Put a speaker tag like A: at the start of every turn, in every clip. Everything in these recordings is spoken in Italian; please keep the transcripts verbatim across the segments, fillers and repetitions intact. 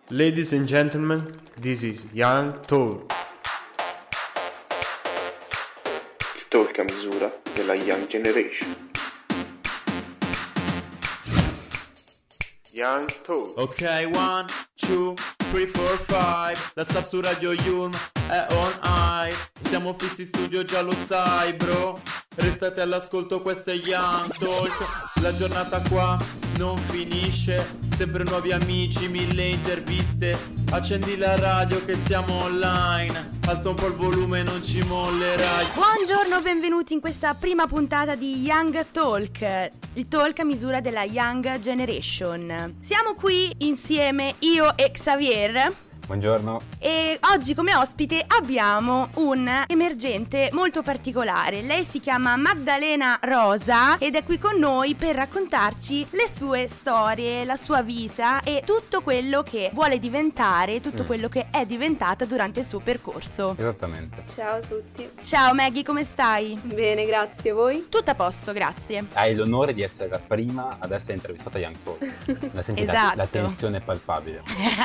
A: Ladies and gentlemen, this is Young Talk.
B: Il talk a misura della Young Generation.
A: Young Talk.
C: Ok, one, two, three, four, five. La sub su Radio Yulm è on air. Siamo fissi in studio, già lo sai, bro. Restate all'ascolto, questo è Young Talk. La giornata qua non finisce. Sempre nuovi amici, mille interviste. Accendi la radio che siamo online. Alza un po' il volume, non ci mollerai.
D: Buongiorno, benvenuti in questa prima puntata di Young Talk, il talk a misura della Young Generation. Siamo qui insieme io e Xavier.
E: Buongiorno.
D: E oggi come ospite abbiamo un emergente molto particolare. Lei si chiama Maddalena Rosa ed è qui con noi per raccontarci le sue storie, la sua vita e tutto quello che vuole diventare, tutto mm. quello che è diventata durante il suo percorso.
E: Esattamente.
F: Ciao a tutti.
D: Ciao Maggie, come stai?
F: Bene, grazie. Voi?
D: Tutto a posto, grazie.
E: Hai l'onore di essere la prima ad essere intervistata a Young Talk. La senti,
D: Esatto.
E: la, la tensione è palpabile.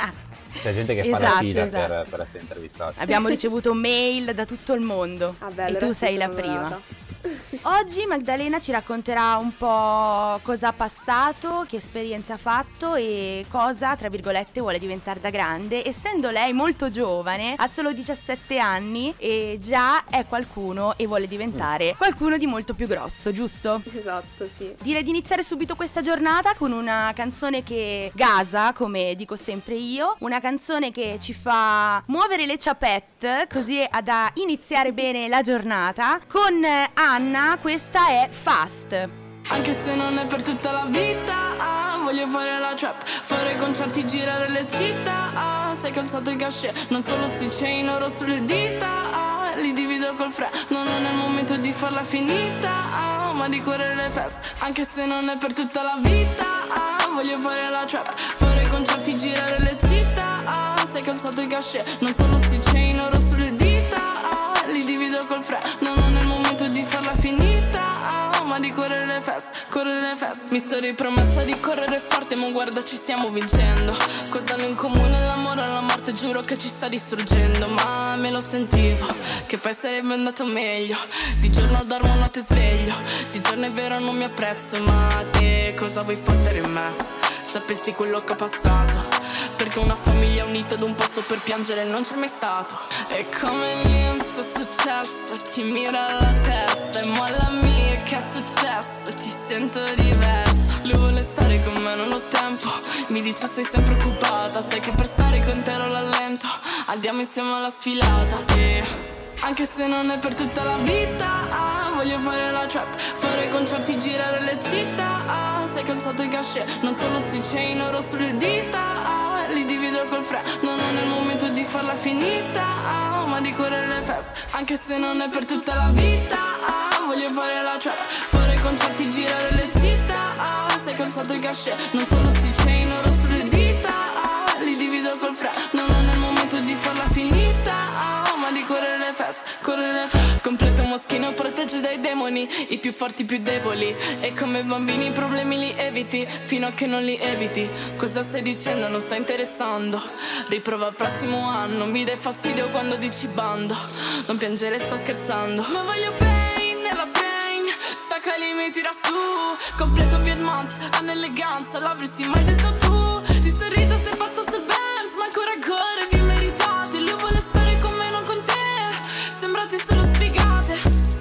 E: C'è gente che fa
D: Esatto,
E: la fila
D: esatto.
E: per, per essere intervistata.
D: Abbiamo ricevuto mail da tutto il mondo.
F: Ah beh,
D: e
F: allora
D: tu
F: sì,
D: sei la
F: sono
D: prima.
F: onorata.
D: Oggi Maddalena ci racconterà un po' cosa ha passato, che esperienza ha fatto e cosa, tra virgolette, vuole diventare da grande. Essendo lei molto giovane, ha solo diciassette anni e già è qualcuno e vuole diventare qualcuno di molto più grosso, giusto?
F: Esatto, sì.
D: Direi di iniziare subito questa giornata con una canzone che gasa, come dico sempre io, una canzone che ci fa muovere le ciapette, così da iniziare bene la giornata. Con Anna, questa è Fast.
G: Anche se non è per tutta la vita, ah, voglio fare la trap, fare concerti, girare le città, ah, sei calzato i cachet, non solo sti chain oro sulle dita, ah, li divido col fre, no, non è il momento di farla finita, ah, ma di correre le fest. Anche se non è per tutta la vita, ah, voglio fare la trap, fare concerti, girare le città, ah, sei calzato i cachet, non solo sti chain oro sulle dita, ah, li divido col fre, no, non è il momento di farla finita, ah, ma di correre le fest, correre le fest. Mi sono ripromessa di correre forte, ma guarda ci stiamo vincendo. Cosa hanno in comune l'amore e la morte, giuro che ci sta distruggendo. Ma me lo sentivo, che poi sarebbe andato meglio. Di giorno dormo, notte sveglio. Di giorno è vero non mi apprezzo, ma te cosa vuoi fottere in me? Sapessi quello che ho passato, perché una famiglia unita ad un posto per piangere non c'è mai stato. E come l'insta è successo, ti mira la testa e molla mia, che è successo, ti sento diversa. Lui vuole stare con me, non ho tempo, mi dice sei sempre occupata, sai che per stare con te ero l'allento, andiamo insieme alla sfilata. E anche se non è per tutta la vita, ah, voglio fare la trap, fare concerti, girare le città, ah, sei calzato i cachet, non solo sti chain oro sulle dita, ah, li divido col fre, no, non è il momento di farla finita, ah, ma di correre le fest. Anche se non è per tutta la vita, ah, voglio fare la trap, fare concerti, girare le città, ah, sei calzato i cachet, non solo sti chain oro sulle dita, ah, li divido col fre, no, non è il momento di farla finita, ah, ma di correre le fest, correre le fest. Completo moschino, protegge dai demoni, i più forti, i più deboli, e come bambini i problemi li eviti, fino a che non li eviti. Cosa stai dicendo? Non sta interessando. Riprova il prossimo anno, mi dai fastidio quando dici bando. Non piangere, sto scherzando. Non voglio pain nella brain, stacca lì, mi tira su. Completo Vietmans, hanno eleganza, l'avresti mai detto tu. Ti sorrido se passa sul Benz, ma ancora ancora vi meritate. Lui vuole stare con me, non con te, sembrate solo sfigate.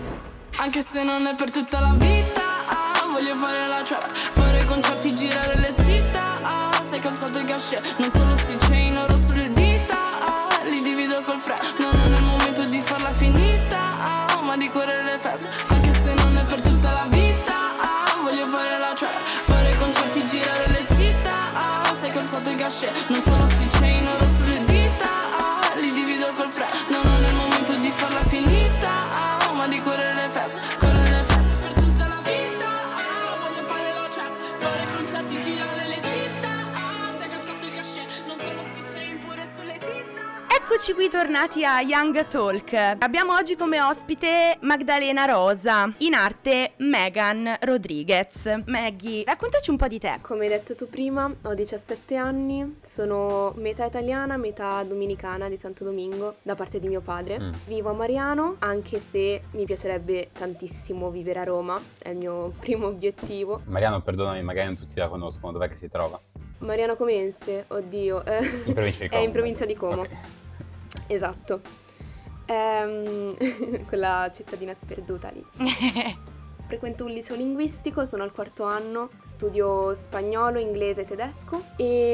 G: Anche se non è per tutta la vita, ah, voglio fare la trap, fare concerti, girare le città, ah, sei calzato i cachet, non solo sti chain oro sulle dita, ah, li divido col fre, no, non è il momento di farla finita, ah, ma di correre le fest. Anche se non è per tutta la vita, ah, voglio fare la trap, fare concerti, girare le città, ah, sei calzato i cachet, non solo sti chain oro sulle dita, ah, li divido col fre, no, non è il momento di farla finita, ah, ma di correre le fest, correre le fest. Per tutta la vita, ah, voglio fare la trap, fare concerti, girare le città, ah, sei calzato i cachet, non solo sti chain pure sulle dita.
D: Eccoci qui tornati a Young Talk. Abbiamo oggi come ospite Magdalena Rosa, in arte Megan Rodriguez. Maggie, raccontaci un po' di te.
F: Come hai detto tu prima, ho diciassette anni, sono metà italiana, metà dominicana di Santo Domingo, da parte di mio padre. Mm. Vivo a Mariano, anche se mi piacerebbe tantissimo vivere a Roma, è il mio primo obiettivo.
E: Mariano, perdonami, magari non tutti la conoscono, dov'è che si trova?
F: Mariano Comense, oddio, eh,
E: in provincia di Como.
F: È in provincia di Como.
E: Okay.
F: Esatto. Ehm, quella cittadina sperduta lì. Frequento un liceo linguistico, sono al quarto anno, studio spagnolo, inglese e tedesco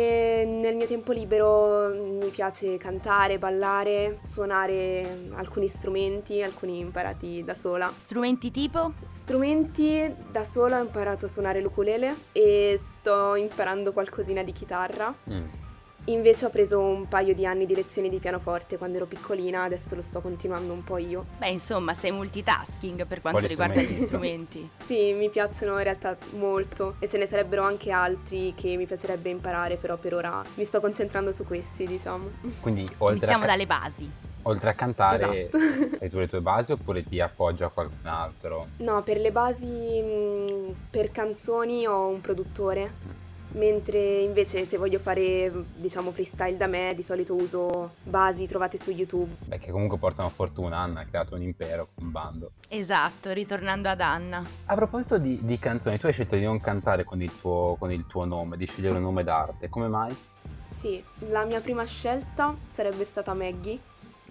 F: e nel mio tempo libero mi piace cantare, ballare, suonare alcuni strumenti, alcuni imparati da sola.
D: Strumenti tipo?
F: Strumenti da sola ho imparato a suonare l'ukulele e sto imparando qualcosina di chitarra. Mm. Invece ho preso un paio di anni di lezioni di pianoforte quando ero piccolina, adesso lo sto continuando un po' io.
D: Beh, insomma, sei multitasking per quanto
E: Quali
D: riguarda
E: strumenti?
D: gli strumenti.
F: Sì, mi piacciono in realtà molto e ce ne sarebbero anche altri che mi piacerebbe imparare, però per ora mi sto concentrando su questi, diciamo.
E: Quindi oltre
D: Iniziamo
E: a ca-
D: dalle basi.
E: Oltre a cantare,
F: Esatto.
E: hai tu le tue basi oppure ti appoggia a qualcun altro?
F: No, per le basi, mh, per canzoni ho un produttore. Mentre invece se voglio fare, diciamo, freestyle da me, di solito uso basi trovate su YouTube.
E: Beh, che comunque portano fortuna. Anna ha creato un impero, un bando.
D: Esatto, ritornando ad Anna.
E: A proposito di, di canzoni, tu hai scelto di non cantare con il tuo, con il tuo nome, di scegliere un nome d'arte. Come mai?
F: Sì, la mia prima scelta sarebbe stata Maggie,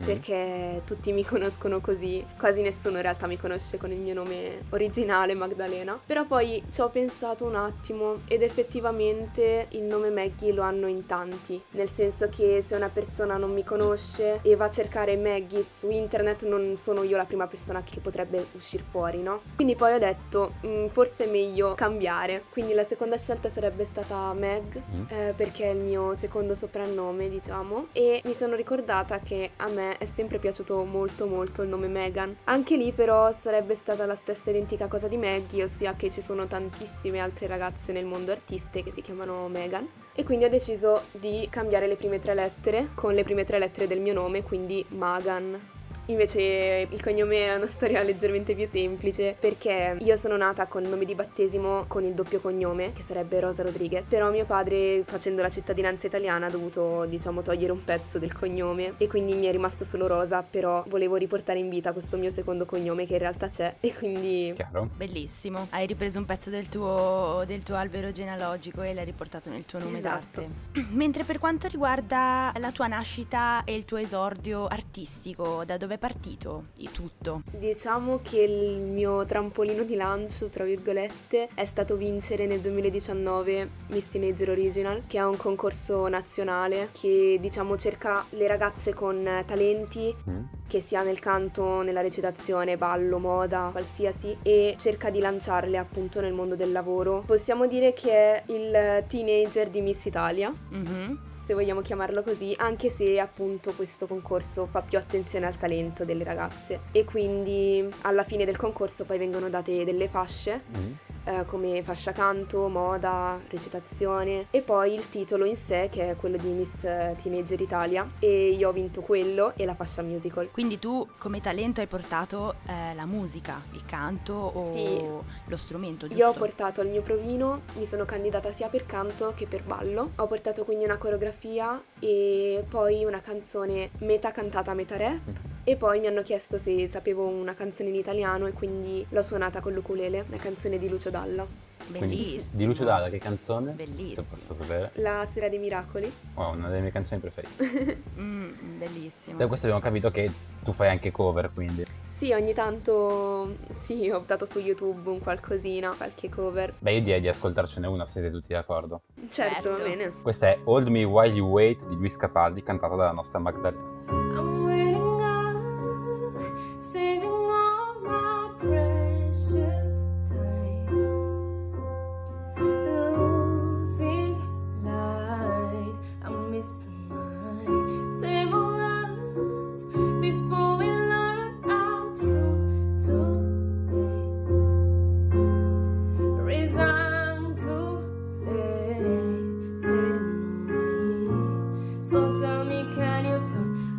F: perché tutti mi conoscono così, quasi nessuno in realtà mi conosce con il mio nome originale Magdalena. Però poi ci ho pensato un attimo ed effettivamente il nome Maggie lo hanno in tanti, nel senso che se una persona non mi conosce e va a cercare Maggie su internet non sono io la prima persona che potrebbe uscire fuori, no? Quindi poi ho detto mh, forse è meglio cambiare, quindi la seconda scelta sarebbe stata Meg, mm. eh, perché è il mio secondo soprannome, diciamo, e mi sono ricordata che a me è sempre piaciuto molto molto il nome Megan. Anche lì però sarebbe stata la stessa identica cosa di Maggie, ossia che ci sono tantissime altre ragazze nel mondo artiste che si chiamano Megan. E quindi ho deciso di cambiare le prime tre lettere con le prime tre lettere del mio nome, quindi Magan. Invece il cognome è una storia leggermente più semplice, perché io sono nata con il nome di battesimo con il doppio cognome, che sarebbe Rosa Rodriguez, però mio padre, facendo la cittadinanza italiana, ha dovuto, diciamo, togliere un pezzo del cognome e quindi mi è rimasto solo Rosa, però volevo riportare in vita questo mio secondo cognome che in realtà c'è e quindi...
E: Chiaro.
D: Bellissimo, hai ripreso un pezzo del tuo, del tuo albero genealogico e l'hai riportato nel tuo nome
F: Esatto.
D: d'arte. Mentre per quanto riguarda la tua nascita e il tuo esordio artistico, da dove è partito il tutto?
F: Diciamo che il mio trampolino di lancio, tra virgolette, è stato vincere nel duemiladiciannove Miss Teenager Original, che è un concorso nazionale che, diciamo, cerca le ragazze con talenti, mm. che sia nel canto, nella recitazione, ballo, moda, qualsiasi, e cerca di lanciarle appunto nel mondo del lavoro. Possiamo dire che è il teenager di Miss Italia. Mm-hmm. Se vogliamo chiamarlo così, anche se appunto questo concorso fa più attenzione al talento delle ragazze e quindi alla fine del concorso poi vengono date delle fasce, mm. eh, come fascia canto, moda, recitazione e poi il titolo in sé che è quello di Miss Teenager Italia e io ho vinto quello e la fascia musical.
D: Quindi tu come talento hai portato eh, la musica, il canto o
F: sì.
D: lo strumento, giusto?
F: Io ho portato il mio provino, mi sono candidata sia per canto che per ballo, ho portato quindi una coreografia e poi una canzone metà cantata metà re e poi mi hanno chiesto se sapevo una canzone in italiano e quindi l'ho suonata con l'ukulele, una canzone di Lucio Dalla.
D: Bellissimo.
E: Quindi, di Lucio Dalla, che canzone?
D: Bellissimo.
E: Se posso sapere.
F: La Sera dei Miracoli.
E: Wow, una delle mie canzoni preferite.
D: mm, bellissimo.
E: Da questo abbiamo capito che tu fai anche cover, quindi.
F: Sì, ogni tanto sì, ho optato su YouTube un qualcosina, qualche cover.
E: Beh, io direi di ascoltarcene una, siete tutti d'accordo?
F: Certo,
D: Certo.
F: va bene.
E: Questa è Hold Me While You Wait di Luis Capaldi, cantata dalla nostra Magdalena.
G: I'm waiting up, saving all my precious time, losing light, I'm missing mine. Save all us before we learn our truth too late. Resign to fade, fading away. So tell me, can you turn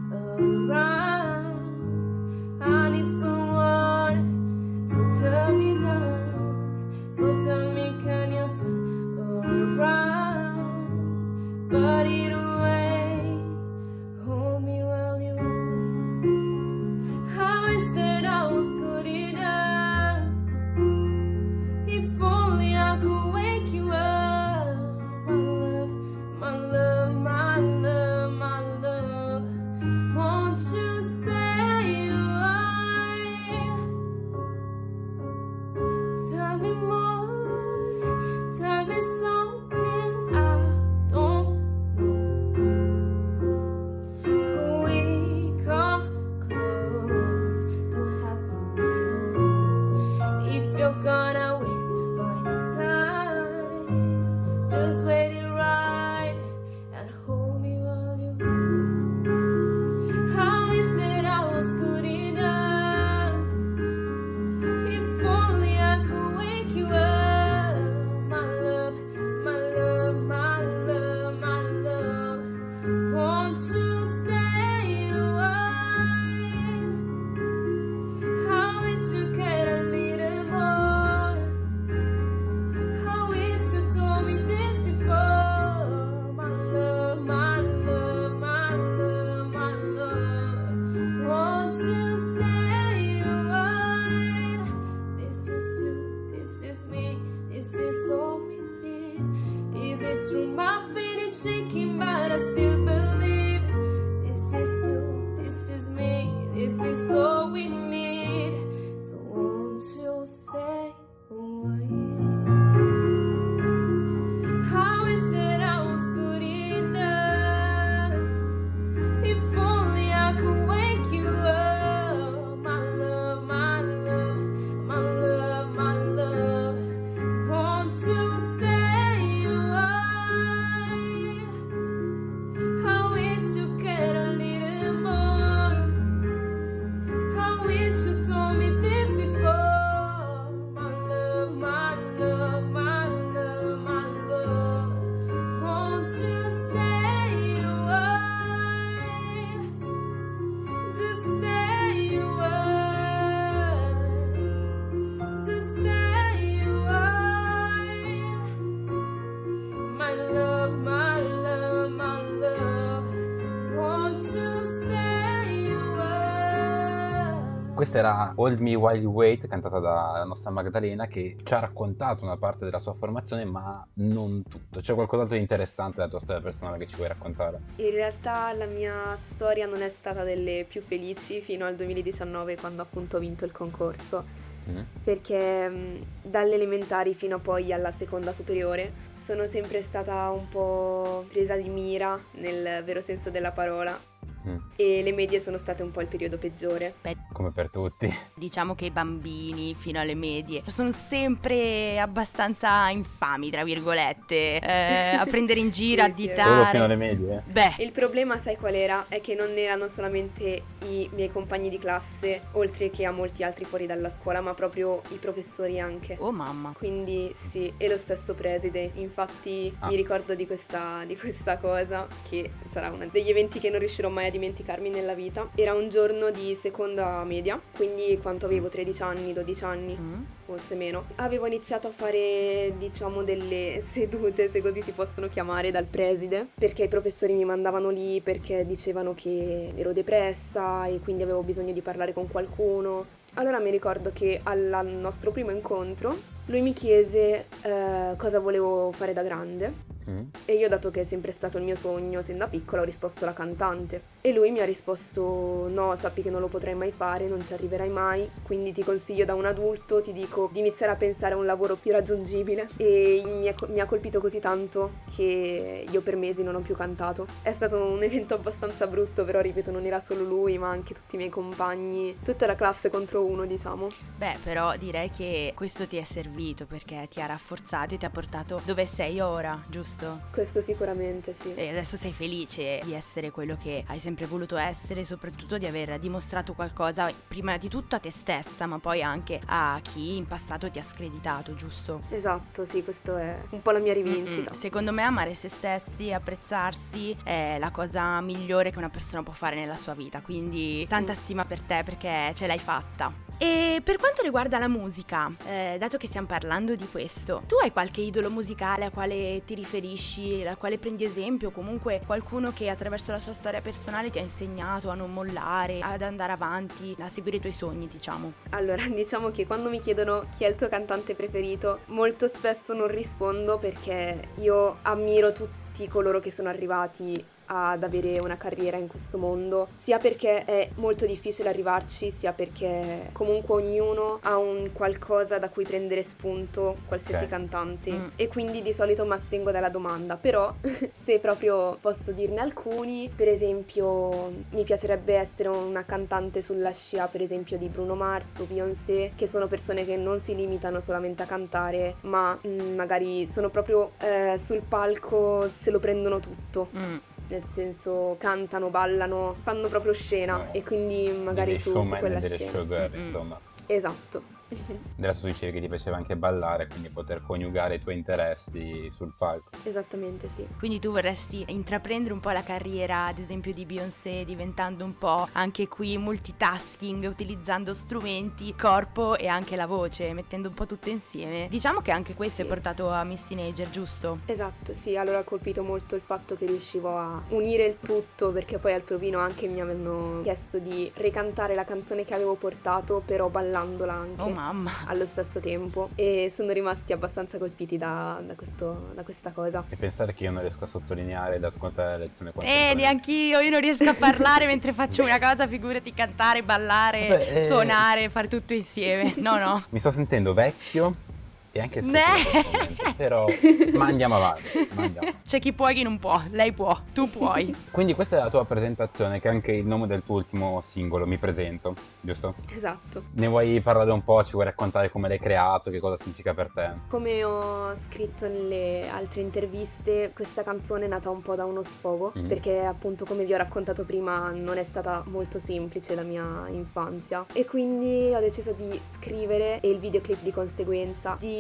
E: Questa era Hold Me While You Wait, cantata dalla nostra Magdalena, che ci ha raccontato una parte della sua formazione, ma non tutto. C'è qualcos'altro di interessante della tua storia personale che ci vuoi raccontare?
F: In realtà la mia storia non è stata delle più felici fino al duemiladiciannove, quando appunto ho vinto il concorso, mm. perché mh, dalle elementari fino a poi alla seconda superiore sono sempre stata un po' presa di mira, nel vero senso della parola. Mm. E le medie sono state un po' il periodo peggiore.
D: Beh,
E: come per tutti.
D: Diciamo che i bambini fino alle medie sono sempre abbastanza infami, tra virgolette, eh, a prendere in giro,
F: sì,
D: a
F: sì,
D: ditare.
E: Solo fino alle medie?
D: Beh,
F: il problema, sai qual era? È che non erano solamente i miei compagni di classe, oltre che a molti altri fuori dalla scuola, ma proprio i professori anche.
D: Oh mamma.
F: Quindi sì, e lo stesso preside. Infatti ah. mi ricordo di questa, di questa cosa, che sarà uno degli eventi che non riuscirò mai a dimenticarmi nella vita. Era un giorno di seconda media, quindi quanto avevo, tredici anni, dodici anni, mm. forse meno. Avevo iniziato a fare, diciamo, delle sedute, se così si possono chiamare, dal preside, perché i professori mi mandavano lì perché dicevano che ero depressa e quindi avevo bisogno di parlare con qualcuno. Allora mi ricordo che al nostro primo incontro lui mi chiese eh, cosa volevo fare da grande. Mm. E io, dato che è sempre stato il mio sogno sin da piccola, ho risposto la cantante. E lui mi ha risposto: no, sappi che non lo potrai mai fare, non ci arriverai mai, quindi ti consiglio da un adulto, ti dico di iniziare a pensare a un lavoro più raggiungibile. E mi, è, mi ha colpito così tanto che io per mesi non ho più cantato. È stato un evento abbastanza brutto, però ripeto, non era solo lui, ma anche tutti i miei compagni, tutta la classe contro uno, diciamo.
D: Beh, però direi che questo ti è servito, perché ti ha rafforzato e ti ha portato dove sei ora, giusto?
F: Questo sicuramente, sì.
D: E adesso sei felice di essere quello che hai sempre voluto essere, soprattutto di aver dimostrato qualcosa prima di tutto a te stessa, ma poi anche a chi in passato ti ha screditato, giusto?
F: Esatto, sì, questo è un po' la mia rivincita.
D: Mm-mm. Secondo me amare se stessi, apprezzarsi è la cosa migliore che una persona può fare nella sua vita, quindi tanta stima per te perché ce l'hai fatta. E per quanto riguarda la musica, eh, dato che stiamo parlando di questo, tu hai qualche idolo musicale a quale ti riferisci, a quale prendi esempio, comunque qualcuno che attraverso la sua storia personale ti ha insegnato a non mollare, ad andare avanti, a seguire i tuoi sogni, diciamo?
F: Allora, diciamo che quando mi chiedono chi è il tuo cantante preferito, molto spesso non rispondo, perché io ammiro tutti coloro che sono arrivati ad avere una carriera in questo mondo, sia perché è molto difficile arrivarci, sia perché comunque ognuno ha un qualcosa da cui prendere spunto, qualsiasi okay. cantante, mm. e quindi di solito mi astengo dalla domanda. Però se proprio posso dirne alcuni, per esempio mi piacerebbe essere una cantante sulla scia, per esempio, di Bruno Mars o Beyoncé, che sono persone che non si limitano solamente a cantare, ma mh, magari sono proprio eh, sul palco, se lo prendono tutto. Mm. Nel senso, cantano, ballano, fanno proprio scena, eh, e quindi magari su, su quella scena.
E: Showgirl, mm-hmm. insomma.
F: Esatto.
E: Adesso tu dicevi che ti piaceva anche ballare, quindi poter coniugare i tuoi interessi sul palco.
F: Esattamente, sì.
D: Quindi tu vorresti intraprendere un po' la carriera, ad esempio, di Beyoncé, diventando un po' anche qui multitasking, utilizzando strumenti, corpo e anche la voce, mettendo un po' tutto insieme. Diciamo che anche questo sì. è portato a Miss Teenager, giusto?
F: Esatto, sì. Allora ha colpito molto il fatto che riuscivo a unire il tutto, perché poi al provino anche mi avevano chiesto di ricantare la canzone che avevo portato, però ballandola anche.
D: Oh mamma.
F: Allo stesso tempo, e sono rimasti abbastanza colpiti da, da, questo, da questa cosa.
E: E pensare che io non riesco a sottolineare ed ascoltare la lezione
D: Eh, neanch'io, io non riesco a parlare mentre faccio una cosa, figurati cantare, ballare, Beh, eh... suonare, fare tutto insieme. No, no.
E: Mi sto sentendo vecchio e anche stupido in questo momento, però ma andiamo avanti, ma andiamo.
D: C'è chi può e chi non può, lei può, tu puoi.
E: Quindi questa è la tua presentazione, che è anche il nome del tuo ultimo singolo, Mi Presento, giusto?
F: Esatto.
E: Ne vuoi parlare un po', ci vuoi raccontare come l'hai creato, che cosa significa per te?
F: Come ho scritto nelle altre interviste, questa canzone è nata un po' da uno sfogo, mm-hmm. perché appunto, come vi ho raccontato prima, non è stata molto semplice la mia infanzia, e quindi ho deciso di scrivere, e il videoclip di conseguenza, di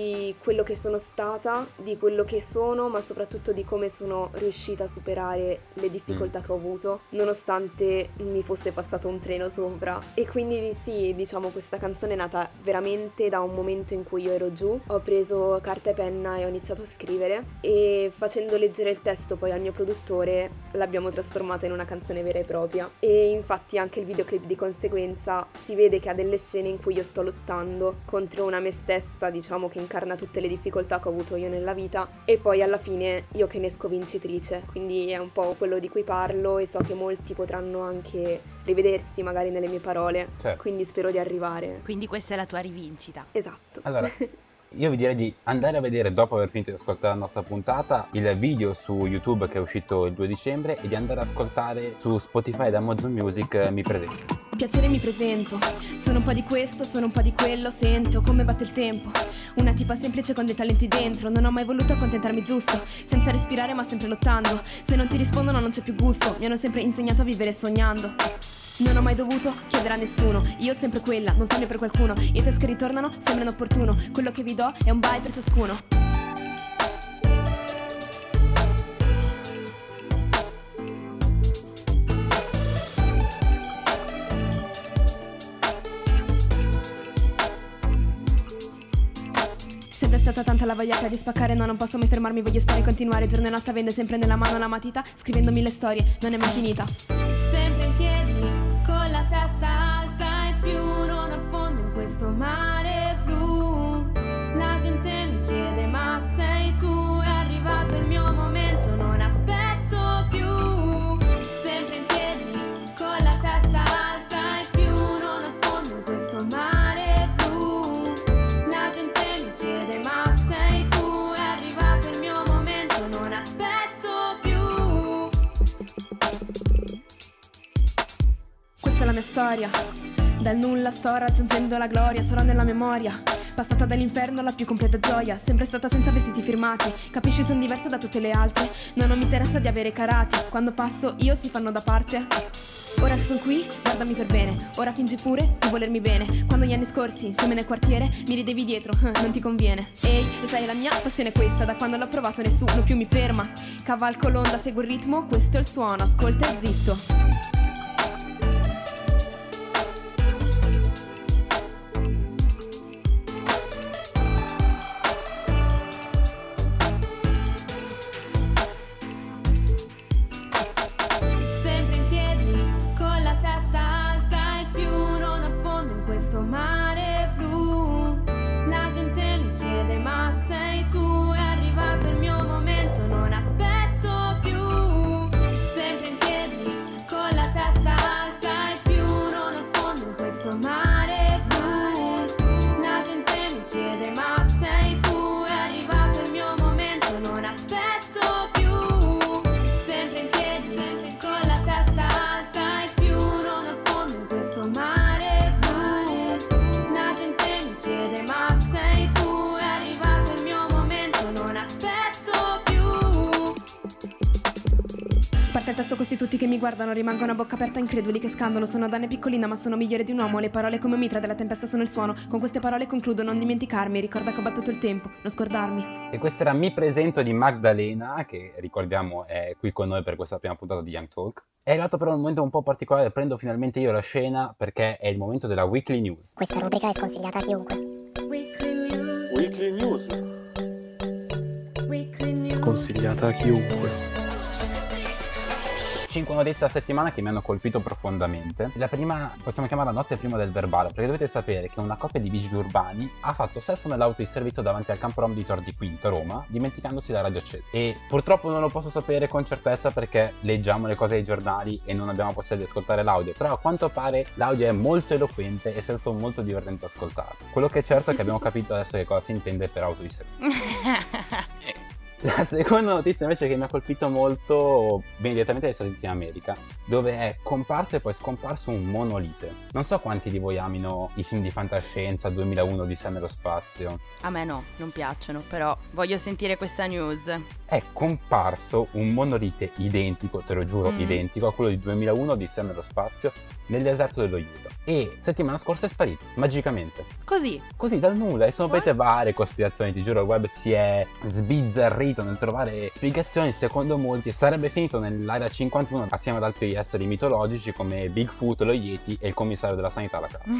F: di quello che sono stata, di quello che sono, ma soprattutto di come sono riuscita a superare le difficoltà mm. che ho avuto, nonostante mi fosse passato un treno sopra. E quindi sì, diciamo, questa canzone è nata veramente da un momento in cui io ero giù, ho preso carta e penna e ho iniziato a scrivere, e facendo leggere il testo poi al mio produttore l'abbiamo trasformata in una canzone vera e propria. E infatti anche il videoclip di conseguenza si vede che ha delle scene in cui io sto lottando contro una me stessa, diciamo, che incarna tutte le difficoltà che ho avuto io nella vita, e poi alla fine io che ne esco vincitrice. Quindi è un po' quello di cui parlo, e so che molti potranno anche rivedersi magari nelle mie parole, certo. Quindi spero di arrivare.
D: Quindi questa è la tua rivincita.
F: Esatto.
E: Allora, io vi direi di andare a vedere, dopo aver finito di ascoltare la nostra puntata, il video su YouTube che è uscito il due dicembre, e di andare ad ascoltare su Spotify ed Amazon Music Mi Presento.
H: Piacere, mi presento, sono un po' di questo, sono un po' di quello, sento come batte il tempo. Una tipa semplice con dei talenti dentro, non ho mai voluto accontentarmi giusto, senza respirare ma sempre lottando. Se non ti rispondono non c'è più gusto, mi hanno sempre insegnato a vivere sognando. Non ho mai dovuto chiedere a nessuno, io sempre quella, non cambio per qualcuno. I test che ritornano sembrano opportuno, quello che vi do è un bye per ciascuno. Sempre stata tanta la voglia di spaccare, no, non posso mai fermarmi, voglio stare e continuare. Giorno e notte avendo sempre nella mano la matita, scrivendo mille storie, non è mai finita. Sempre in piedi, con la testa alta e più non affondo in questo mare blu. La gente mi chiede ma sei tu, è arrivato il mio momento, non aspetto più. Sempre in piedi, con la testa alta e più non affondo in questo mare blu. La gente mi chiede ma sei tu, è arrivato il mio momento, non aspetto più. Questa è la mia storia, dal nulla sto raggiungendo la gloria, sarò nella memoria, passata dall'inferno alla più completa gioia, sempre stata senza vestiti firmati, capisci son diversa da tutte le altre, no, non mi interessa di avere carati, quando passo io si fanno da parte. Ora che sono qui, guardami per bene, ora fingi pure di volermi bene, quando gli anni scorsi insieme nel quartiere mi ridevi dietro, non ti conviene. Ehi, lo sai la mia passione è questa, da quando l'ho provato nessuno più mi ferma, cavalco l'onda, seguo il ritmo, questo è il suono, ascolta e zitto. Il testo, questi tutti che mi guardano rimangono a bocca aperta increduli che scandalo. Sono donna piccolina ma sono migliore di un uomo. Le parole come mitra della tempesta sono il suono. Con queste parole concludo, non dimenticarmi, ricorda che ho battuto il tempo, non scordarmi.
E: E questo era Mi Presento di Magdalena, che ricordiamo è qui con noi per questa prima puntata di Young Talk. È arrivato però un momento un po' particolare, prendo finalmente io la scena perché è il momento della Weekly News.
I: Questa rubrica è sconsigliata a chiunque.
B: Weekly News.
I: Weekly News.
A: Sconsigliata a chiunque.
E: Cinque notizie a settimana che mi hanno colpito profondamente. La prima possiamo chiamarla notte prima del verbale, perché dovete sapere che una coppia di vigili urbani ha fatto sesso nell'auto di servizio davanti al Campo Rom di Tor di Quinto, Roma, dimenticandosi la radio accesa. E purtroppo non lo posso sapere con certezza perché leggiamo le cose ai giornali e non abbiamo possibilità di ascoltare l'audio, però a quanto pare l'audio è molto eloquente e è stato molto divertente ascoltarlo. Quello che è certo è che abbiamo capito adesso che cosa si intende per auto di servizio. La seconda notizia invece che mi ha colpito molto viene direttamente dagli Stati Uniti d'America, dove è comparso e poi scomparso un monolite. Non so quanti di voi amino i film di fantascienza, duemilauno, Odissea nello spazio.
D: A me no, non piacciono, però voglio sentire questa news.
E: È comparso un monolite identico, te lo giuro, mm. identico a quello di duemilauno, Odissea nello spazio, nel deserto dello Utah. E settimana scorsa è sparito, magicamente.
D: Così.
E: Così, dal nulla. E sono partite varie cospirazioni, ti giuro, il web si è sbizzarrito nel trovare spiegazioni. Secondo molti sarebbe finito nell'area cinquantuno assieme ad altri esseri mitologici come Bigfoot, lo Yeti e il commissario della sanità alla casa.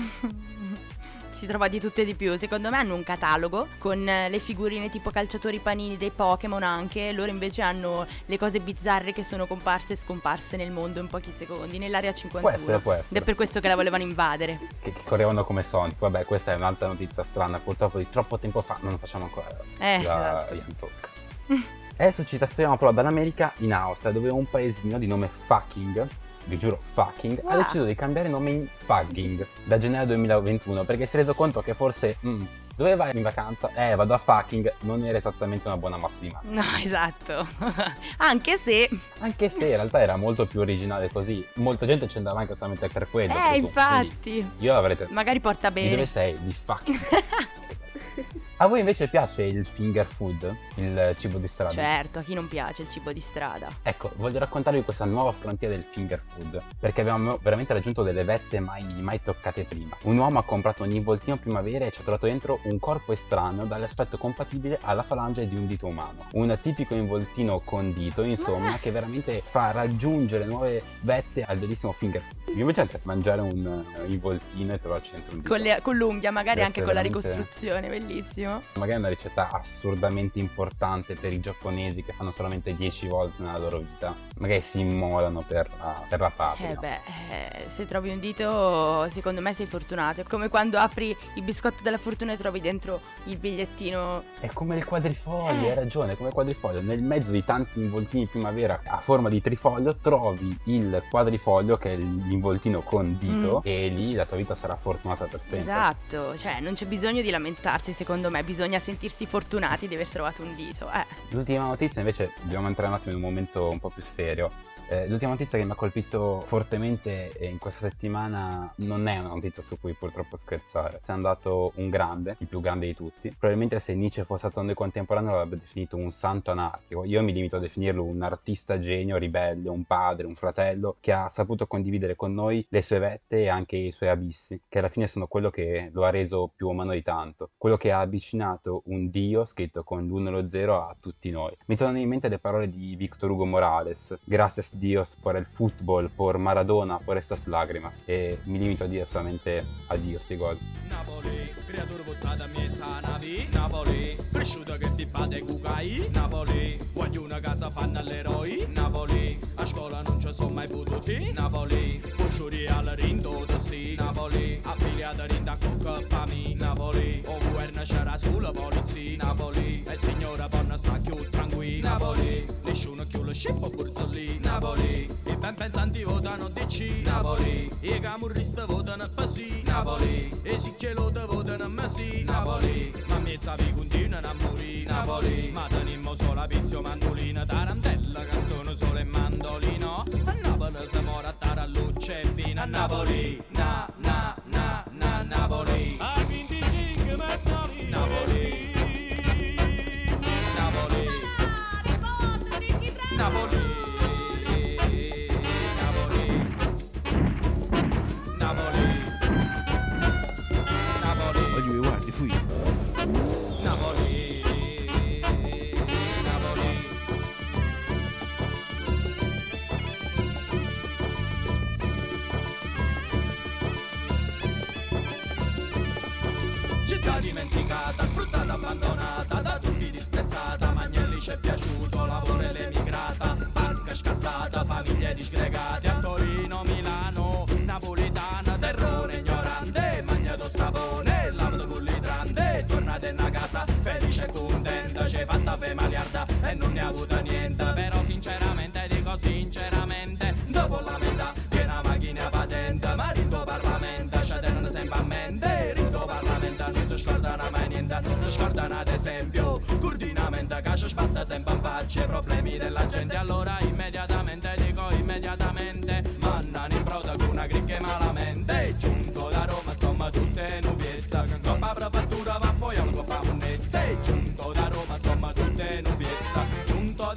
D: Si trova di tutto e di più. Secondo me hanno un catalogo con le figurine tipo calciatori panini dei Pokémon anche. Loro invece hanno le cose bizzarre che sono comparse e scomparse nel mondo in pochi secondi, nell'area cinquantuno.
E: Può essere, può essere.
D: Ed è per questo che la volevano invadere.
E: Che, che correvano come Sonic. Vabbè, questa è un'altra notizia strana. Purtroppo di troppo tempo fa non facciamo ancora
D: eh,
E: la
D: esatto.
E: Young Talk. Adesso ci trasferiamo però dall'America in Austria, dove un paesino di nome Fucking, vi giuro fucking,
D: wow.
E: ha deciso di cambiare nome in Fugging da gennaio duemilaventuno perché si è reso conto che forse mm, dove vai in vacanza? Eh, vado a Fucking, non era esattamente una buona massa di mano.
D: No, esatto. Anche se
E: Anche se in realtà era molto più originale così. Molta gente ci andava anche solamente per quello.
D: Eh,
E: per
D: infatti.
E: Quindi io avrete.
D: Magari porta
E: Di
D: bene.
E: dove sei? Di Fucking. A voi invece piace il finger food, il cibo di strada?
D: Certo, a chi non piace il cibo di strada.
E: Ecco, voglio raccontarvi questa nuova frontiera del finger food, perché abbiamo veramente raggiunto delle vette mai, mai toccate prima. Un uomo ha comprato un involtino primavera e ci ha trovato dentro un corpo estraneo dall'aspetto compatibile alla falange di un dito umano. Un tipico involtino con dito, insomma, che veramente fa raggiungere nuove vette al bellissimo finger food. Vi immaginate mangiare un uh, involtino e trovarci dentro un dito?
D: Con, le, con l'unghia, magari
E: Deve
D: anche
E: essere
D: con
E: veramente...
D: la ricostruzione, bellissimo.
E: Magari è una ricetta assurdamente importante per i giapponesi che fanno solamente dieci volte nella loro vita. Magari si immolano per la, per la patria.
D: Eh beh, eh, se trovi un dito, secondo me sei fortunato. È come quando apri il biscotto della fortuna e trovi dentro il bigliettino.
E: È come il quadrifoglio,
D: Eh.
E: hai ragione, è come il quadrifoglio. Nel mezzo di tanti involtini primavera a forma di trifoglio trovi il quadrifoglio che è l'involtino con dito
D: Mm.
E: e lì la tua vita sarà fortunata per sempre.
D: Esatto, cioè non c'è bisogno di lamentarsi, secondo me, bisogna sentirsi fortunati di aver trovato un dito. Eh.
E: L'ultima notizia invece, dobbiamo entrare un attimo in un momento un po' più serio. Eh, l'ultima notizia che mi ha colpito fortemente eh, in questa settimana non è una notizia su cui purtroppo scherzare. È andato un grande, il più grande di tutti. Probabilmente se Nietzsche fosse stato noi contemporaneo l'avrebbe definito un santo anarchico. Io mi limito a definirlo un artista genio, ribelle, un padre, un fratello che ha saputo condividere con noi le sue vette e anche i suoi abissi, che alla fine sono quello che lo ha reso più umano di tanto, quello che ha avvicinato un dio scritto con l'uno e lo zero a tutti noi. Mi tornano in mente le parole di Victor Hugo Morales: gracias Dios por el fútbol, por Maradona, por estas lágrimas. E mi limito a dire solamente addio sti gol.
I: Napoli, creatura buttata a mezza navi. Napoli, cresciuta che ti bate cucai. Napoli, voglio una casa fanno all'eroi. Napoli, a scuola non ci sono mai potuti. Napoli, cuciuri al rindo sti. Napoli, affiliata rinda cucca fami. Napoli, o governo c'era sulla polizia. Napoli, e signora buona sta più tranquilla. Napoli, nessuno più lo scippo burzolì. Napoli, i ben pensanti votano D C. Napoli, i camurristi votano P S I. Napoli, e si chielota votano M S I. Napoli, ma mezza vi continuano a morire. Napoli, ma tenimmo solo a pizio mandolina. Tarantella, canzone solo e mandolino. A Napoli si muore a tara luce e vino. A Napoli, na na na na Napoli. A venticinque mezz'ori. Napoli, Napoli, Napoli.
J: Voglio mi guardi qui.
I: Napoli, Napoli. Città dimenticata, sfruttata, abbandonata, da tutti disprezzata, ma Agnelli ci è piaciuto, lavoro e l'emigrata, banca scassata, famiglie disgregate, a Torino, Milano, napoletana, terrore ignorante, magnato sapone, lavato con l'itrante, tornate in casa, felice e contenta, c'è fatta fe maliarda e non ne ha avuto niente, però sinceramente, dico sinceramente, dopo la metà, piena macchina patente, ma rinto Parlamento, ci tengono sempre a mente, rinto Parlamento, non si scordano mai niente, non si scordano ad esempio, coordinamento, che ci spatta sempre in faccia, i problemi della gente, allora immediatamente, dico immediatamente, mannano in proda con una gricche malamente, giunto da Roma, insomma tutte nubiezza, che in coppa prefettura va poi al coppa munnezza, giunto da Roma, insomma tutte nubiezza, giunto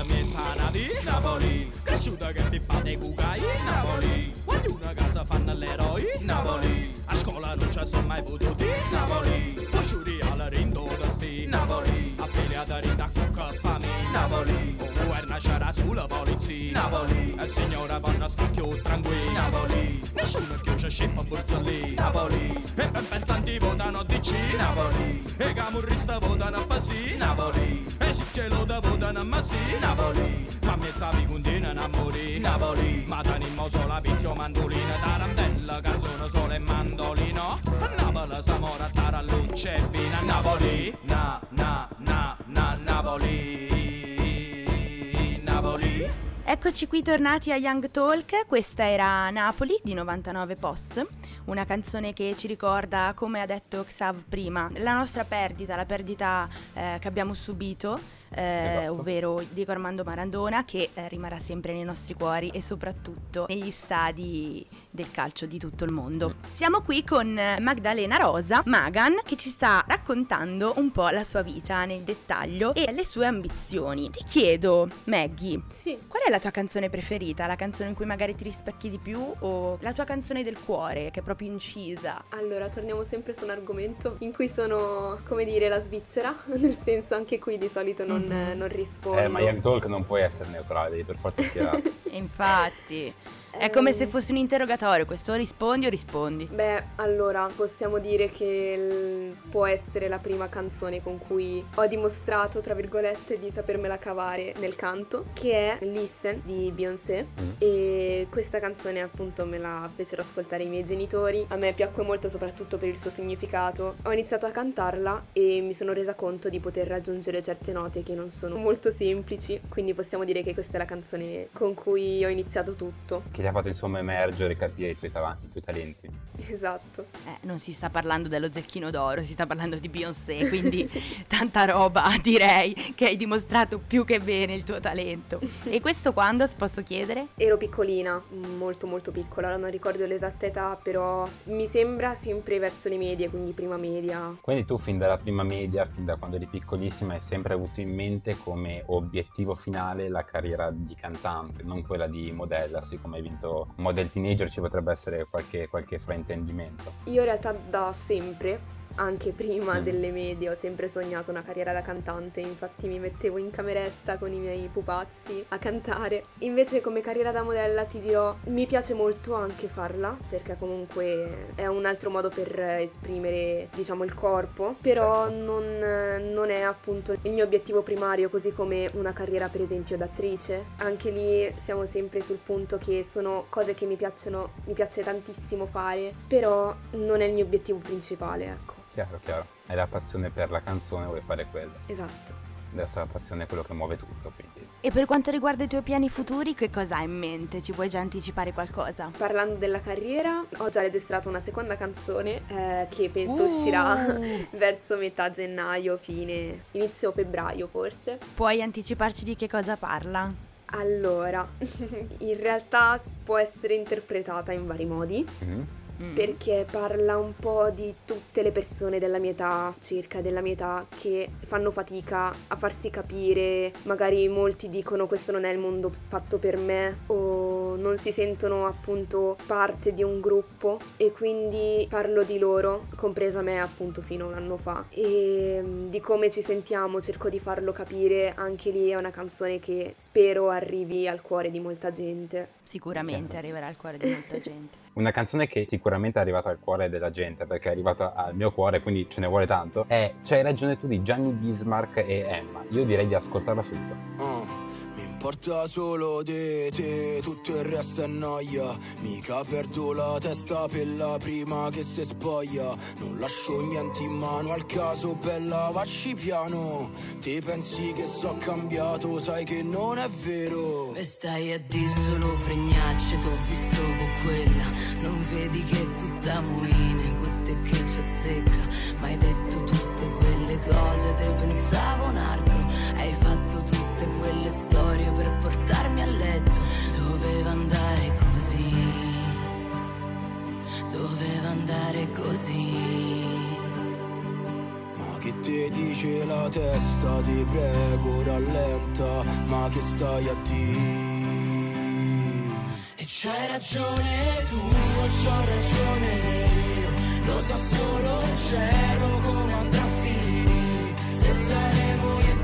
I: miezza navi. Napoli, cresciuta che pippa dei cucai. Napoli, quando una casa fanno l'eroi. Napoli, a scuola non ci sono mai potuti. Napoli, posciuri alla rindoga sti. Napoli, affiliata rinda cucca fami. Napoli, governa c'era sulla polizia. Napoli, e il signore vanno sta più tranquilli. Napoli, nessuno chiude scippa burzolì. Napoli, e ben pensanti votano D C. Napoli, e camurrista votano a Pasi. Napoli, e si cielo da votano a Masi. Napoli, ma miezza vi continuano a morire. Napoli, ma tanimmo sola pizio mandolina. Tarantella, canzone solo e mandolino. A Napoli Samora tarallucce e vino. A Napoli, na na na na Napoli. Napoli.
D: Eccoci qui tornati a Young Talk, questa era Napoli di novantanove Post, una canzone che ci ricorda, come ha detto Xav prima, la nostra perdita, la perdita eh, che abbiamo subito, eh, esatto. ovvero Diego Armando Maradona, che eh, rimarrà sempre nei nostri cuori e soprattutto negli stadi del calcio di tutto il mondo. Siamo qui con Magdalena Rosa, Magan, che ci sta raccontando un po' la sua vita nel dettaglio e le sue ambizioni. Ti chiedo, Maggie,
F: Sì.
D: qual è la tua canzone preferita? La canzone in cui magari ti rispecchi di più o la tua canzone del cuore che è proprio incisa?
F: Allora, torniamo sempre su un argomento in cui sono, come dire, la Svizzera, nel senso anche qui di solito non, mm-hmm. non rispondo.
E: Eh, ma Young Talk non puoi essere neutrale, devi per forza schierare.
D: Infatti... È come se fosse un interrogatorio, questo rispondi o rispondi?
F: Beh, allora, possiamo dire che l- può essere la prima canzone con cui ho dimostrato, tra virgolette, di sapermela cavare nel canto, che è Listen di Beyoncé. Mm. E questa canzone appunto me la fecero ascoltare i miei genitori. A me piacque molto soprattutto per il suo significato. Ho iniziato a cantarla e mi sono resa conto di poter raggiungere certe note che non sono molto semplici, quindi possiamo dire che questa è la canzone con cui ho iniziato tutto.
E: Che ti ha fatto insomma emergere e capire i tuoi, ta- i tuoi talenti.
F: Esatto.
D: Eh, non si sta parlando dello Zecchino d'Oro, si sta parlando di Beyoncé, quindi tanta roba, direi che hai dimostrato più che bene il tuo talento. E questo quando, se posso chiedere?
F: Ero piccolina, molto molto piccola, non ricordo l'esatta età, però mi sembra sempre verso le medie, quindi prima media.
E: Quindi tu fin dalla prima media, fin da quando eri piccolissima, hai sempre avuto in mente come obiettivo finale la carriera di cantante, non quella di modella, siccome hai vinto Model Teenager ci potrebbe essere qualche, qualche fraintendimento.
F: Io in realtà da sempre, anche prima
E: mm.
F: delle medie, ho sempre sognato una carriera da cantante, infatti mi mettevo in cameretta con i miei pupazzi a cantare. Invece come carriera da modella ti dirò, mi piace molto anche farla, perché comunque è un altro modo per esprimere, diciamo, il corpo, però non, non è appunto il mio obiettivo primario, così come una carriera per esempio d'attrice. Anche lì siamo sempre sul punto che sono cose che mi piacciono, mi piace tantissimo fare, però non è il mio obiettivo principale, ecco.
E: Chiaro, chiaro. Hai la passione per la canzone, vuoi fare quello.
F: Esatto.
E: Adesso la passione è quello che muove tutto, quindi.
D: E per quanto riguarda i tuoi piani futuri, che cosa hai in mente? Ci puoi già anticipare qualcosa?
F: Parlando della carriera, ho già registrato una seconda canzone eh, che penso
D: uh.
F: uscirà verso metà gennaio, fine, inizio febbraio forse.
D: Puoi anticiparci di che cosa parla?
F: Allora, in realtà può essere interpretata in vari modi. Mm-hmm. Perché parla un po' di tutte le persone della mia età, circa della mia età, che fanno fatica a farsi capire. Magari molti dicono questo non è il mondo fatto per me, o non si sentono appunto parte di un gruppo, e quindi parlo di loro, compresa me appunto fino a un anno fa, e di come ci sentiamo. Cerco di farlo capire. Anche lì è una canzone che spero arrivi al cuore di molta gente.
D: Sicuramente arriverà al cuore di molta gente.
E: Una canzone che sicuramente è arrivata al cuore della gente, perché è arrivata al mio cuore, quindi ce ne vuole tanto, è C'hai ragione tu di Gianni Bismarck e Emma. Io direi di ascoltarla subito.
J: Uh. Porta solo di te, tutto il resto è noia. Mica perdo la testa per la prima che si spoglia. Non lascio niente in mano al caso, bella, vacci piano. Ti pensi che so cambiato, sai che non è vero.
K: E stai a di solo fregnacce, t'ho visto con quella. Non vedi che è tutta muine, con te che c'è zecca. Ma hai detto tutte quelle cose, te pensavo un altro. Hai fatto tutte quelle storie per portarmi a letto. Doveva andare così, doveva andare così.
J: Ma che ti dice la testa, ti prego rallenta, ma che stai a dire?
I: E c'hai ragione tu, c'ho ragione io, lo sa solo il cielo come andrà a finire, se saremo io e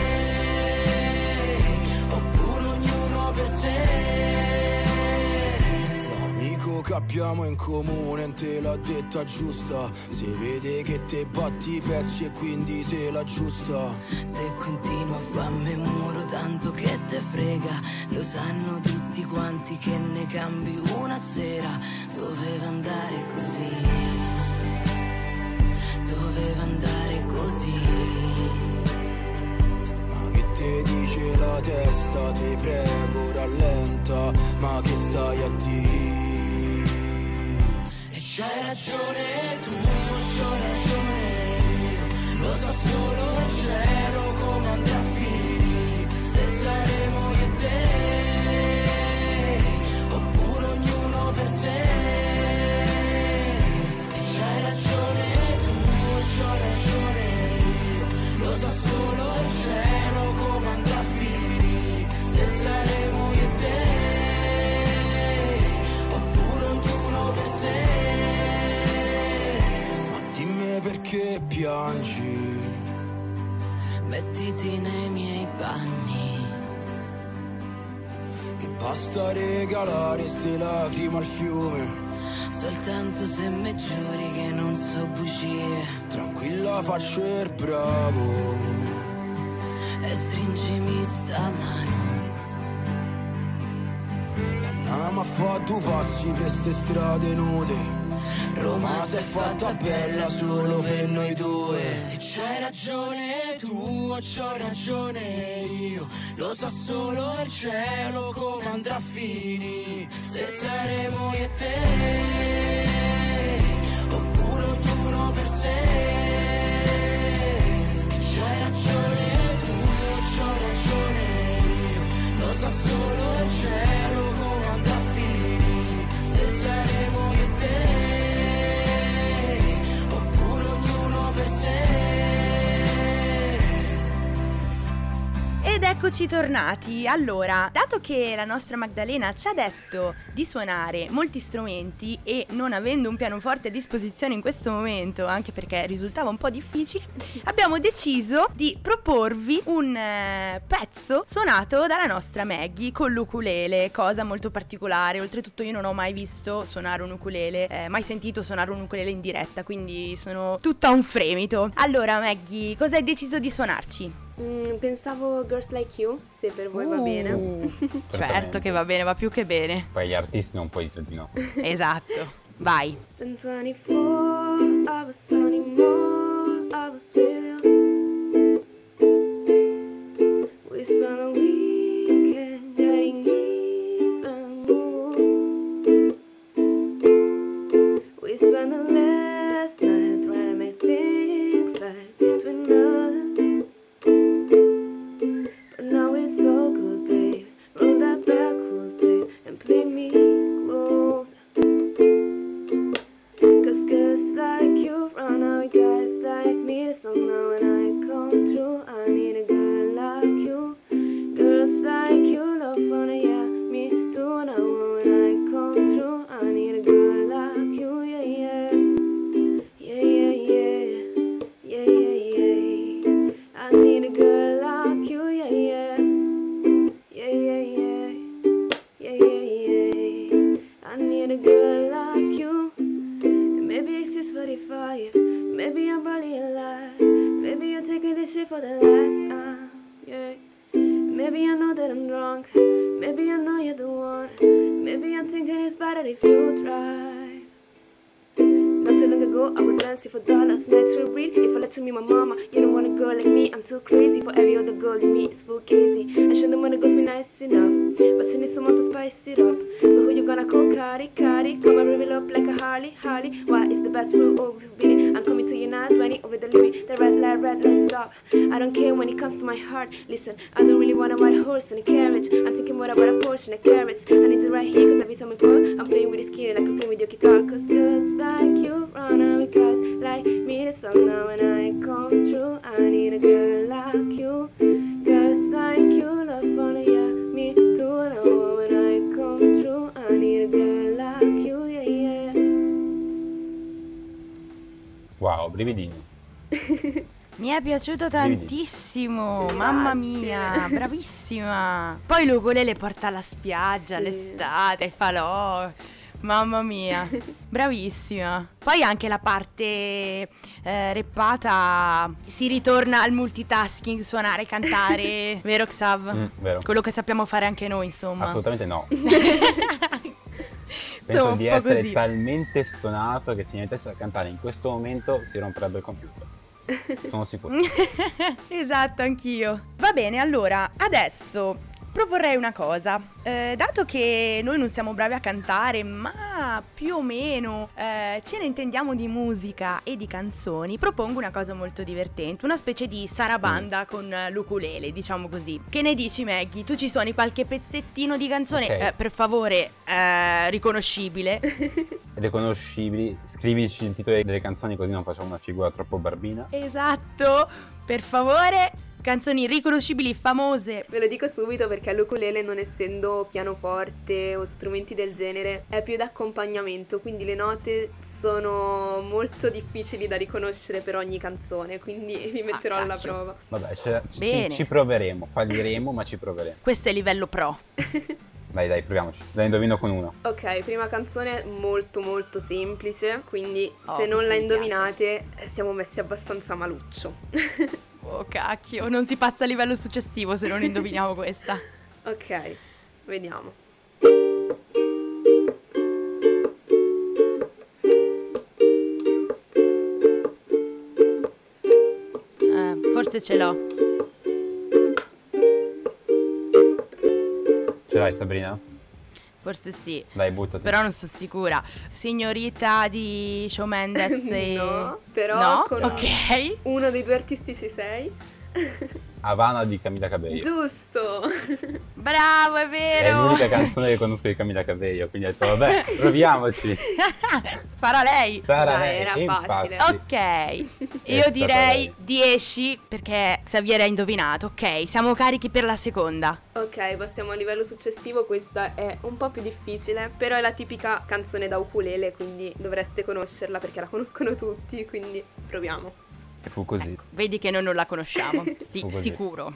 I: te, oppure ognuno per sé.
J: L'amico che abbiamo in comune te l'ha detta giusta, si vede che te batti i pezzi e quindi sei la giusta.
K: Te continua a farmi muro tanto che te frega, lo sanno tutti quanti che ne cambi una sera. Doveva andare così, doveva andare così.
J: Ma che te dice la testa, ti prego rallenta, ma che stai a dire?
I: E c'hai ragione tu, c'ho ragione io, lo sa solo il cielo come andrà a finire, se saremo io e te, oppure ognuno per sé. E c'hai ragione tu, c'ho ragione io, lo sa solo il cielo come andrà a finire, se saremo io e te, oppure ognuno per sé.
J: Ma dimmi perché piangi,
K: Mettiti nei miei panni,
J: e basta regalare ste lacrime al fiume.
K: soltanto se mi giuri che non so bugie.
J: Tranquilla, faccio il bravo
K: E stringimi sta mano.
J: e andiamo a fa' due passi per ste strade nude. Roma si è fatta bella solo per noi due.
I: E c'hai ragione tu, c'ho ragione io, lo sa solo il cielo come andrà a finire, se saremo io e te, oppure ognuno per sé. E c'hai ragione tu, c'ho ragione io, lo sa solo il cielo come andrà a finire, se saremo io e te, per sé.
D: Ed eccoci tornati. Allora, dato che la nostra Magdalena ci ha detto di suonare molti strumenti e non avendo un pianoforte a disposizione in questo momento, anche perché risultava un po' difficile, abbiamo deciso di proporvi un eh, pezzo suonato dalla nostra Maggie con l'ukulele, cosa molto particolare. Oltretutto io non ho mai visto suonare un ukulele, eh, mai sentito suonare un ukulele in diretta, quindi sono tutta un fremito. Allora Maggie, cosa hai deciso di suonarci?
F: Mm, pensavo Girls Like You, se per voi va bene.
D: Certo che va bene, va più che bene.
E: Poi gli artisti non puoi dire di no.
D: Esatto, vai.
F: Spent twenty-four hours anymore, I was with you. We spent a weekend getting even more. We spent the last night trying to make things right between us. But now it's all good, babe. Roll that backward, babe, and play me closer. Cause girls like you run out with guys like me. So now when I come through, I need a girl like you. Girls like you love fun, yeah, me too. Now when I come through, I need a girl like you, yeah, yeah. Yeah, yeah, yeah. Yeah, yeah, yeah. I need a girl like you, yeah, yeah. Yeah, yeah, yeah. Yeah, yeah, yeah. I need a girl like you. Maybe it's six forty-five. Maybe I'm barely alive. Maybe you're taking this shit for the last time. Yeah. Maybe I know that I'm drunk. Maybe I know you're the one. Maybe I'm thinking it's better if you try. Not too long ago, I was dancing for dollars. Nights were real. If I let to me, my mama, you don't want a girl like me. I'm too crazy for every other girl in me. It's full crazy. And she don't want to go be nice enough, but she needs someone to spice it up. So who you gonna call? Cardi, Cardi. Come and reveal up like a Harley, Harley. Why it's the best fruit always beating. I'm coming to you now, twenty over the limit. The red light, red light, stop. I don't care when it comes to my heart. Listen, I don't really wanna ride a horse in a carriage. I'm thinking more about a Porsche and a carrots. I need to right here, cause every time we pull, I'm playing with this kid like I'm playing with your guitar. Cause girls like you run out with guys like me. The song now when I come through, I need a girl like you. Girls
E: brividini.
D: Mi è piaciuto tantissimo,
F: Grazie.
D: mamma mia, bravissima. Poi l'ukulele porta alla spiaggia,
F: Sì.
D: l'estate, ai falò, mamma mia, bravissima. Poi anche la parte eh, reppata, si ritorna al multitasking, suonare, cantare, vero Xav?
E: Mm, vero.
D: Quello che sappiamo fare anche noi, insomma.
E: Assolutamente no.
D: Insomma,
E: Penso
D: un
E: di
D: po'
E: essere
D: così.
E: talmente stonato che se mi mettesse a cantare in questo momento si romperebbe il computer. Sono sicuro.
D: Esatto, anch'io. Va bene, allora, adesso proporrei una cosa. Eh, dato che noi non siamo bravi a cantare, ma più o meno eh, ce ne intendiamo di musica e di canzoni, propongo una cosa molto divertente, una specie di sarabanda con eh, l'ukulele, diciamo così. Che ne dici, Maggie? Tu ci suoni qualche pezzettino di canzone,
E: Ok.
D: eh, per favore, eh, riconoscibile?
E: Riconoscibili, scrivici il titolo delle canzoni così non facciamo una figura troppo barbina.
D: Esatto, per favore, canzoni riconoscibili, famose.
F: Ve lo dico subito perché l'ukulele, non essendo pianoforte o strumenti del genere, è più d'accompagnamento, quindi le note sono molto difficili da riconoscere per ogni canzone, quindi vi metterò alla
D: cacchio.
F: prova.
E: Vabbè, ce- ci,
D: Bene.
E: ci proveremo, falliremo ma ci proveremo.
D: Questo è livello pro.
E: Dai dai, proviamoci. La indovino con uno.
F: Ok, prima canzone molto molto semplice, quindi
D: Oh,
F: se non
D: questa
F: la
D: mi
F: indovinate siamo messi abbastanza maluccio.
D: Oh cacchio, non si passa al livello successivo se non indoviniamo questa.
F: Ok, vediamo.
D: Eh, forse ce l'ho.
E: Ce l'hai, Sabrina?
D: Forse sì.
E: Dai, buttati.
D: Però non sono sicura. Signorita di Shawn Mendes e...
F: No, però
D: No?
F: con
D: Ok.
F: uno dei due artisti ci sei.
E: Havana di Camila Cabello.
F: Giusto.
D: Bravo, è
E: È
D: vero.
E: l'unica canzone che conosco di Camila Cabello, quindi ho detto vabbè, proviamoci.
D: Sarà lei.
E: Sarà
F: Dai,
E: lei,
F: era
E: e
F: facile.
E: infatti.
D: Ok,
E: È
D: io
E: stata
D: direi
E: lei.
D: dieci perché Xavier ha indovinato. Ok, siamo carichi per la seconda.
F: Ok, passiamo al livello successivo. Questa è un po' più difficile, però è la tipica canzone da ukulele, quindi dovreste conoscerla perché la conoscono tutti, quindi proviamo.
E: E fu così.
D: Ecco, vedi che noi non la conosciamo. Sì,
E: Fu così.
D: sicuro.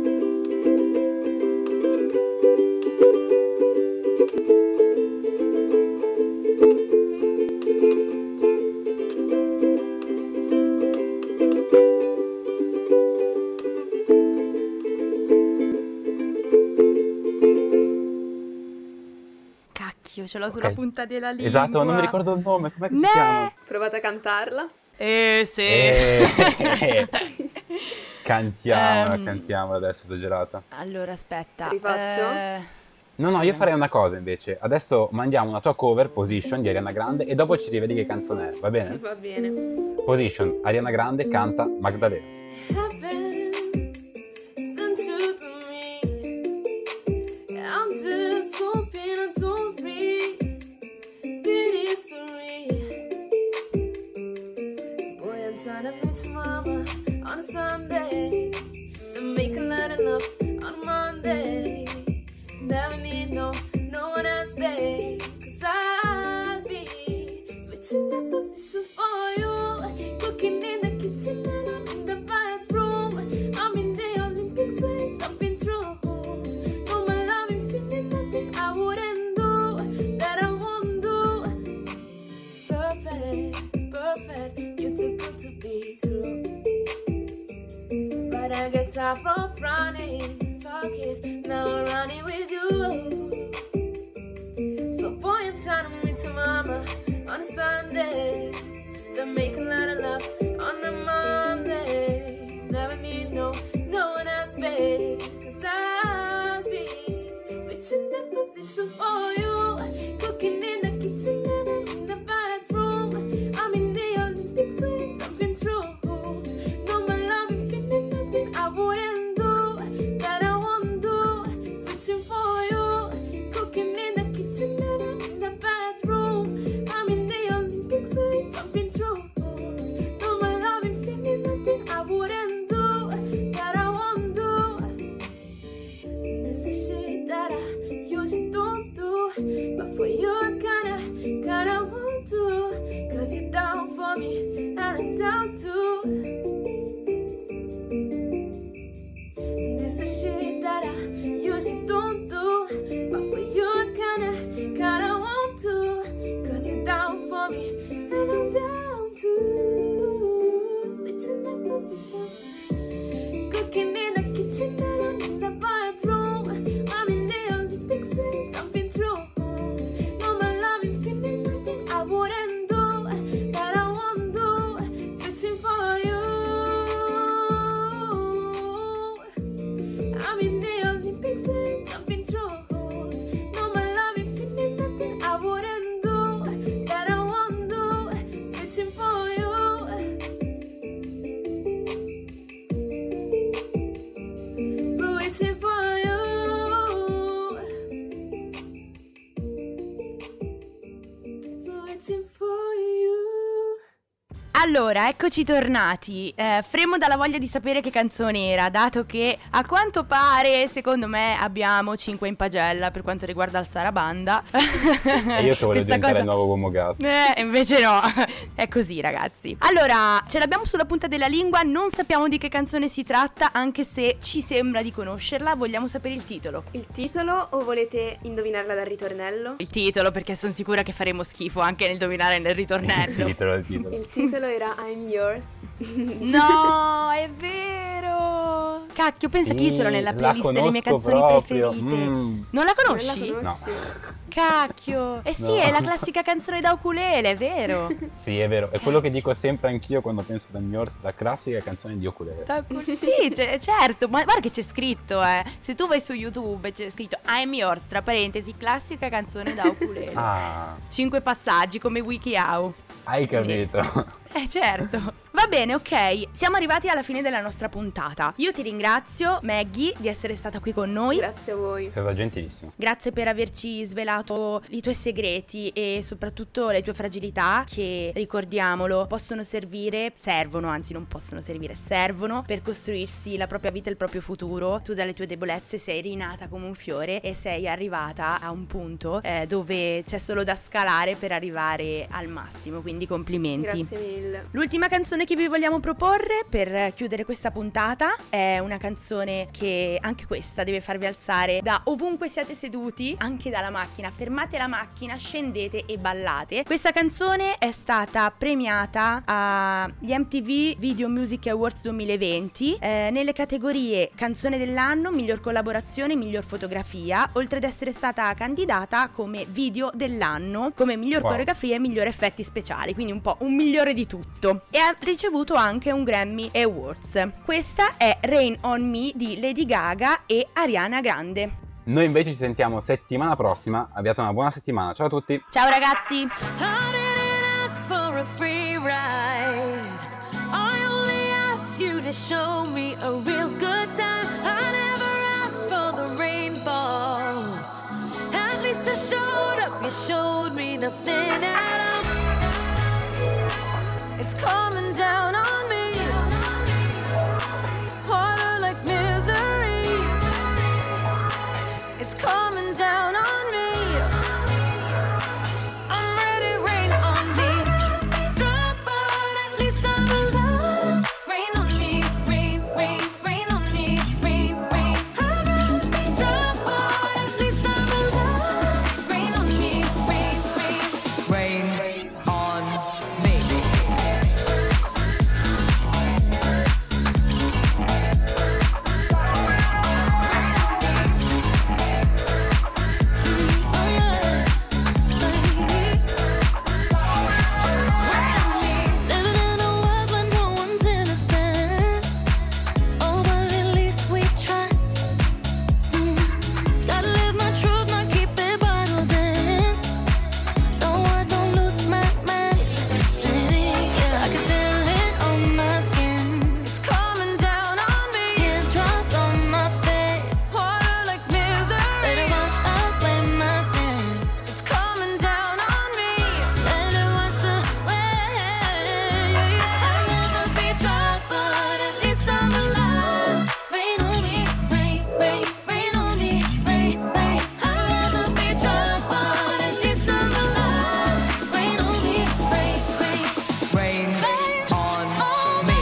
D: Cacchio, ce l'ho sulla
E: Ok.
D: punta della lingua.
E: Esatto, ma non mi ricordo il nome, com'è che
D: Ne-
E: si chiama?
F: Provate a cantarla.
D: Eh sì.
E: Eh. Cantiamola,
D: Ehm.
E: cantiamola adesso, sto gelata.
D: Allora, aspetta.
F: Rifaccio?
D: eh,
E: No, no, io farei una cosa invece. Adesso mandiamo una tua cover, Position, di Ariana Grande, e dopo ci rivedi che canzone è, va bene?
F: Va bene.
E: Position, Ariana Grande canta Magdalena.
G: Heaven sent you to me. I'm just hoping I don't read it serene. Boy, I'm trying to meet mama on a Sunday and make a lot of love on a Monday. Never need no, no one else, babe. Cause I'll be switching up positions for you. Cooking in the kitchen and I'm in the bathroom. I'm in the Olympics when jumping through. No, my love is feeling nothing I wouldn't do, that I won't do. Perfect, perfect, you're too good to be true. But I get tired from running, fuck it, now I'm running with you. So boy, I'm trying to meet your mama on a Sunday, then make a lot of love on a Monday. Never need no, no one else, babe. Cause I'll be switching the positions for you. Cooking in the kitchen and I'm in the bathroom. I'm in the Olympics when jumping through. No, my love, if you did nothing I wouldn't do, that I won't do. Switching for you. Cooking in the kitchen and I'm in the bathroom. I'm in the Olympics when jumping through. No,
D: Allora, eccoci tornati. Eh, fremo dalla voglia di sapere che canzone era, dato che a quanto pare, secondo me, abbiamo cinque in pagella per quanto riguarda il Sarabanda.
E: E io che volevo diventare
D: cosa...
E: il nuovo uomo gatto.
D: Eh, invece no. È così, ragazzi. Allora, ce l'abbiamo sulla punta della lingua, non sappiamo di che canzone si tratta, anche se ci sembra di conoscerla. Vogliamo sapere il titolo.
F: Il titolo o volete indovinarla dal ritornello?
D: Il titolo, perché sono sicura che faremo schifo anche nel indovinare nel ritornello.
E: Il titolo, il titolo.
F: Il titolo era I'm Yours.
D: No, è vero. Cacchio, pensa
E: Sì,
D: che io ce l'ho nella
E: la
D: playlist delle mie canzoni
E: proprio.
D: preferite.
E: Mm.
D: Non la conosci?
F: Non la conosci?
E: No.
D: Cacchio. Eh sì,
E: No.
D: è la classica canzone da ukulele, è vero.
E: Sì, è vero, è quello che dico sempre anch'io quando penso a Yours, la classica canzone di ukulele.
D: Da ukulele. Sì, c- certo, ma guarda che c'è scritto, eh. Se tu vai su YouTube c'è scritto I'm Yours, tra parentesi, classica canzone da ukulele.
E: Ah,
D: Cinque passaggi come WikiHow.
E: hai capito.
D: Eh certo. Va bene, ok. Siamo arrivati alla fine della nostra puntata. Io ti ringrazio, Maggie, di essere stata qui con noi.
F: Grazie a voi.
E: È stato gentilissimo.
D: Grazie per averci svelato i tuoi segreti e soprattutto le tue fragilità che, ricordiamolo, possono servire, servono, anzi non possono servire, servono per costruirsi la propria vita e il proprio futuro. Tu dalle tue debolezze sei rinata come un fiore e sei arrivata a un punto eh, dove c'è solo da scalare per arrivare al massimo, quindi complimenti.
F: Grazie mille.
D: L'ultima canzone che vi vogliamo proporre per chiudere questa puntata è una canzone che anche questa deve farvi alzare da ovunque siate seduti, anche dalla macchina. Fermate la macchina, scendete e ballate. Questa canzone è stata premiata agli M T V Video Music Awards duemilaventi eh, nelle categorie canzone dell'anno, miglior collaborazione, miglior fotografia, oltre ad essere stata candidata come video dell'anno, come miglior
E: Wow.
D: coreografia e miglior effetti speciali, quindi un po' un migliore di tutto. E ha ricevuto anche un Grammy Awards. Questa è Rain on Me di Lady Gaga e Ariana Grande.
E: Noi invece ci sentiamo settimana prossima. Abbiate una buona settimana. Ciao a tutti.
D: Ciao ragazzi.
G: I didn't ask for a free ride. I only asked you to show me a real good time. I never asked for the rainfall. At least I showed up, you showed me nothing at all. It's coming down on me. Harder like misery. It's coming down on me. I'm ready, rain on me. Drop, but at least I'm alive. Rain on me, rain, rain, rain on me, rain, rain. I'd rather be drop, but at least I'm alive. Rain on me, rain, rain, rain on me. Living in a world where no one's innocent. Oh, but at least we try. Gotta live my truth, not keep it bottled in. So I don't lose my mind. Yeah, I can feel it on my skin. It's coming down on me. Teardrops on my face. Harder like misery. Let it wash away my sins. It's coming down on me. Let it wash away. I'd rather be dry, but at least I'm alive. Rain on me, rain, rain, rain on me, rain, rain. I'd rather be dry, but at least I'm alive. Rain on me, rain, rain, rain, on me.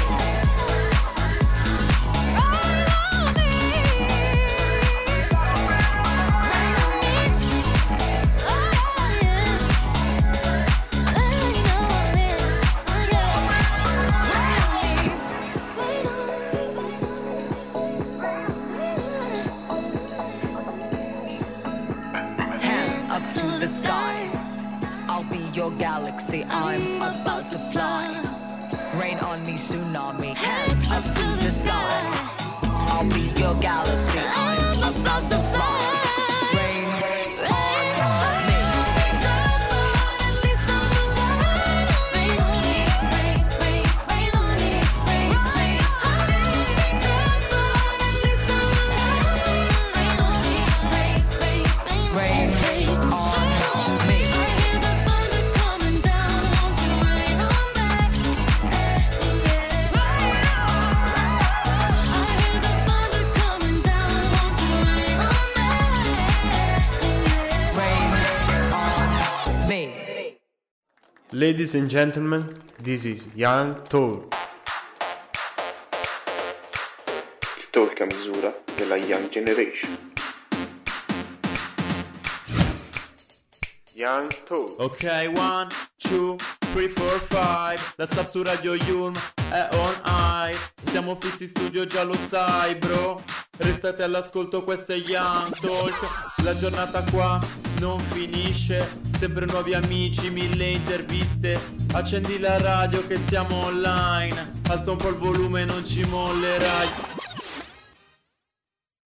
K: Hands up to the sky. I'll be your galaxy. I'm about to fly. Rain on me, tsunami. Hands up to the sky. I'll be your galaxy. I'm about to fly. Rain on me. Rain on me.
A: Ladies and gentlemen, this is Young Talk.
B: Il talk a misura della Young Generation.
A: Young Talk.
C: Ok, one, two, three, four, five. La Sub su Radio Yulm è on air. Siamo fissi in studio, già lo sai, bro. Restate all'ascolto, questo è Young Talk. La giornata qua non finisce. Sempre nuovi amici, mille interviste. Accendi la radio che siamo online. Alza un po' il volume, non ci mollerai.